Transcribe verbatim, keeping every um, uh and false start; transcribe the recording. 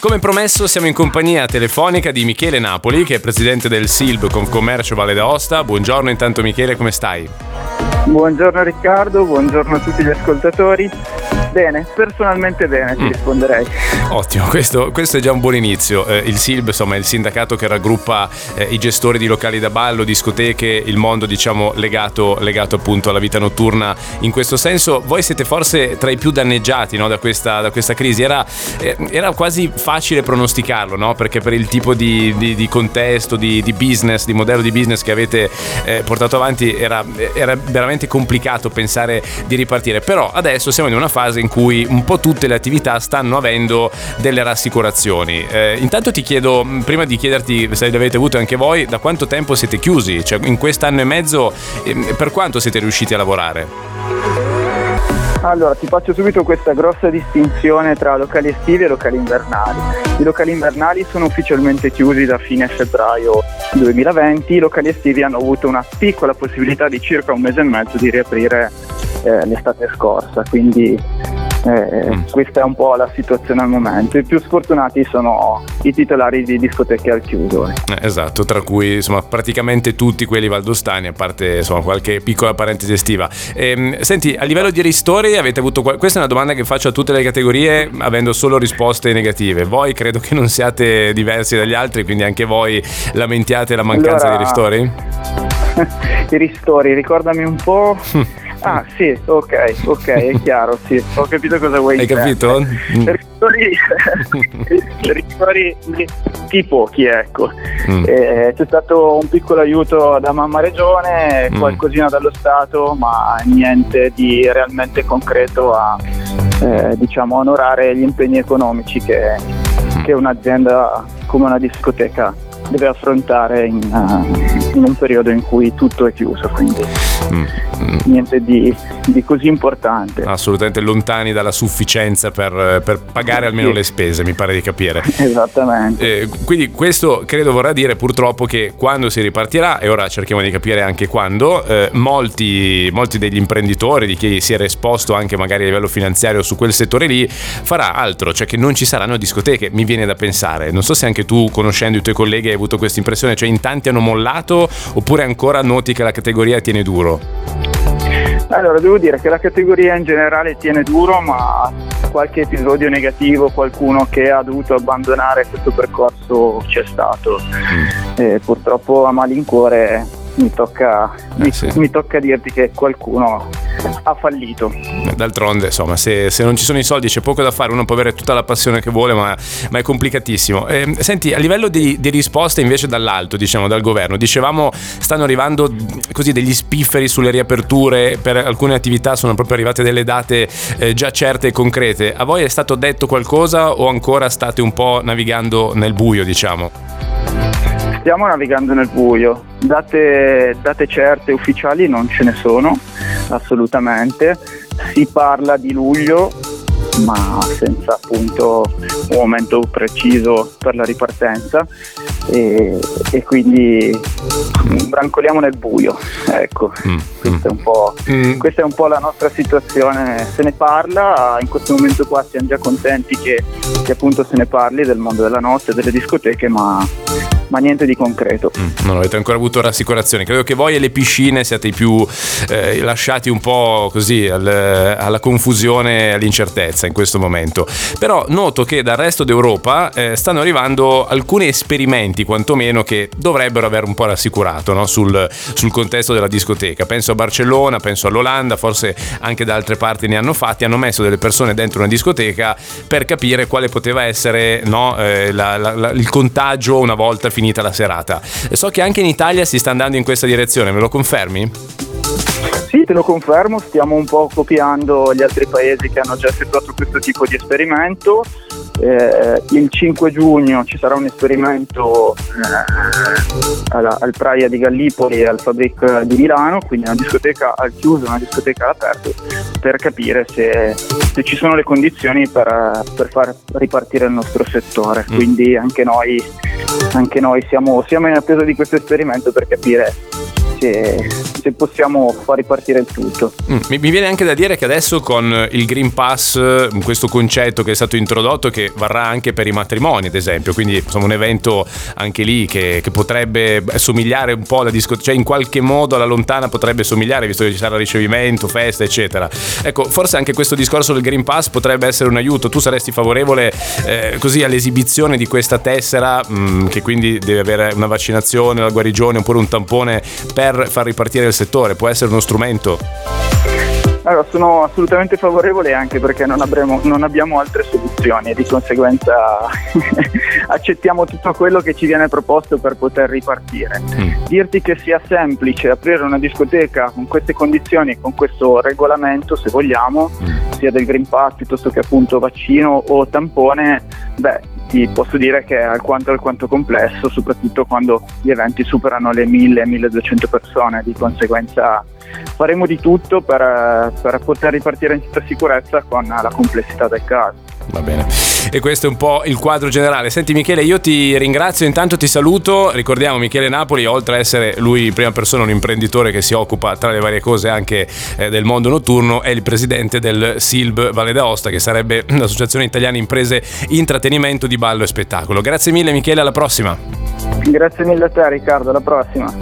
Come promesso siamo in compagnia telefonica di Michele Napoli, che è presidente del S I L B Confcommercio Valle d'Aosta. Buongiorno intanto Michele, come stai? Buongiorno Riccardo, buongiorno a tutti gli ascoltatori. Bene, personalmente bene, ti mm. risponderei. Ottimo, questo, questo è già un buon inizio. Eh, il S I L B, insomma, è il sindacato che raggruppa eh, i gestori di locali da ballo, discoteche, il mondo, diciamo, legato, legato appunto alla vita notturna. In questo senso, voi siete forse tra i più danneggiati, no, da questa, da questa crisi. Era, eh, era quasi facile pronosticarlo, no? Perché per il tipo di, di, di contesto, di, di business, di modello di business che avete eh, portato avanti, era, era veramente complicato pensare di ripartire. Però adesso siamo in una fase in cui un po' tutte le attività stanno avendo delle rassicurazioni. Eh, intanto ti chiedo, prima di chiederti se le avete avute anche voi, da quanto tempo siete chiusi? Cioè, in quest'anno e mezzo, eh, per quanto siete riusciti a lavorare? Allora, ti faccio subito questa grossa distinzione tra locali estivi e locali invernali. I locali invernali sono ufficialmente chiusi da fine febbraio duemilaventi, i locali estivi hanno avuto una piccola possibilità di circa un mese e mezzo di riaprire eh, l'estate scorsa, quindi Eh, mm. questa è un po' la situazione al momento. I più sfortunati sono i titolari di discoteche al chiuso. Eh, esatto, tra cui insomma praticamente tutti quelli valdostani, a parte insomma qualche piccola parentesi estiva. Ehm, senti, a livello di ristori avete avuto qual- questa è una domanda che faccio a tutte le categorie avendo solo risposte negative. Voi credo che non siate diversi dagli altri, quindi anche voi lamentiate la mancanza allora, di ristori? I ristori, ricordami un po'. Ah sì, ok, ok, è chiaro, sì, ho capito cosa vuoi dire. Hai capito? Mm. Ristori, ristori di pochi, ecco. Mm. Eh, c'è stato un piccolo aiuto da mamma regione, mm. qualcosina dallo Stato, ma niente di realmente concreto a eh, diciamo onorare gli impegni economici che, mm. che un'azienda come una discoteca deve affrontare in, uh, in un periodo in cui tutto è chiuso, quindi mm, mm. niente di, di così importante. Assolutamente lontani dalla sufficienza per, per pagare almeno sì. le spese, mi pare di capire. Esattamente. Eh, quindi questo credo vorrà dire purtroppo che quando si ripartirà, e ora cerchiamo di capire anche quando, eh, molti, molti degli imprenditori, di chi si era esposto anche magari a livello finanziario su quel settore lì, farà altro, cioè che non ci saranno discoteche, mi viene da pensare. Non so se anche tu, conoscendo i tuoi colleghi, hai avuto questa impressione, cioè in tanti hanno mollato oppure ancora noti che la categoria tiene duro? Allora, devo dire che la categoria in generale tiene duro, ma qualche episodio negativo, qualcuno che ha dovuto abbandonare questo percorso c'è stato. Mm. E purtroppo a malincuore mi tocca, eh, mi, sì. mi tocca dirti che qualcuno ha fallito. D'altronde, insomma, se, se non ci sono i soldi c'è poco da fare, uno può avere tutta la passione che vuole, ma, ma è complicatissimo. Eh, senti, a livello di, di risposte invece dall'alto, diciamo dal governo, dicevamo stanno arrivando così degli spifferi sulle riaperture, per alcune attività sono proprio arrivate delle date eh, già certe e concrete. A voi è stato detto qualcosa o ancora state un po' navigando nel buio, diciamo? Stiamo navigando nel buio, date, date certe ufficiali non ce ne sono, assolutamente. Si parla di luglio, ma senza appunto un momento preciso per la ripartenza e, e quindi brancoliamo nel buio, ecco. Mm, questa, è un po', mm. questa è un po' la nostra situazione. Se ne parla, in questo momento qua siamo già contenti che, che appunto se ne parli del mondo della notte, delle discoteche, ma ma niente di concreto. Mm, non avete ancora avuto rassicurazioni. Credo che voi e le piscine siate i più eh, lasciati un po' così al, alla confusione e all'incertezza in questo momento. Però noto che dal resto d'Europa eh, stanno arrivando alcuni esperimenti, quantomeno, che dovrebbero aver un po' rassicurato, no? sul, sul contesto della discoteca. Penso a Barcellona, penso all'Olanda, forse anche da altre parti ne hanno fatti, hanno messo delle persone dentro una discoteca per capire quale poteva essere, no, eh, la, la, la, il contagio una volta finito finita la serata. So che anche in Italia si sta andando in questa direzione, me lo confermi? Sì, te lo confermo, stiamo un po' copiando gli altri paesi che hanno già effettuato questo tipo di esperimento. Eh, il cinque giugno ci sarà un esperimento eh, alla, al Praia di Gallipoli e al Fabric di Milano, quindi una discoteca al chiuso e una discoteca all'aperto, per capire se, se ci sono le condizioni per, per far ripartire il nostro settore. Mm. Quindi anche noi, anche noi siamo, siamo in attesa di questo esperimento per capire se, se possiamo far ripartire il tutto. Mm, mi, mi viene anche da dire che adesso con il Green Pass, questo concetto che è stato introdotto, che varrà anche per i matrimoni ad esempio, quindi insomma un evento anche lì che, che potrebbe somigliare un po' alla discoteca, cioè in qualche modo alla lontana potrebbe somigliare, visto che ci sarà ricevimento, festa eccetera. Ecco, forse anche questo discorso del Green Pass potrebbe essere un aiuto. Tu saresti favorevole eh, così all'esibizione di questa tessera mh, che quindi deve avere una vaccinazione, una guarigione oppure un tampone per far ripartire il settore? Può essere uno strumento? Allora, sono assolutamente favorevole, anche perché non, avremo, non abbiamo altre soluzioni e di conseguenza accettiamo tutto quello che ci viene proposto per poter ripartire. Mm. Dirti che sia semplice aprire una discoteca con queste condizioni, con questo regolamento, se vogliamo, mm. sia del Green Pass piuttosto che appunto vaccino o tampone, beh, ti posso dire che è alquanto alquanto complesso, soprattutto quando gli eventi superano le mille milleduecento persone. Di conseguenza faremo di tutto per, per poter ripartire in tutta sicurezza con la complessità del caso. Va bene, e questo è un po' il quadro generale. Senti Michele, io ti ringrazio, intanto ti saluto. Ricordiamo Michele Napoli, oltre a essere lui in prima persona un imprenditore che si occupa tra le varie cose anche eh, del mondo notturno, è il presidente del S I L B Valle d'Aosta, che sarebbe l'Associazione Italiana Imprese Intrattenimento di Ballo e Spettacolo. Grazie mille Michele, alla prossima. Grazie mille a te Riccardo, alla prossima.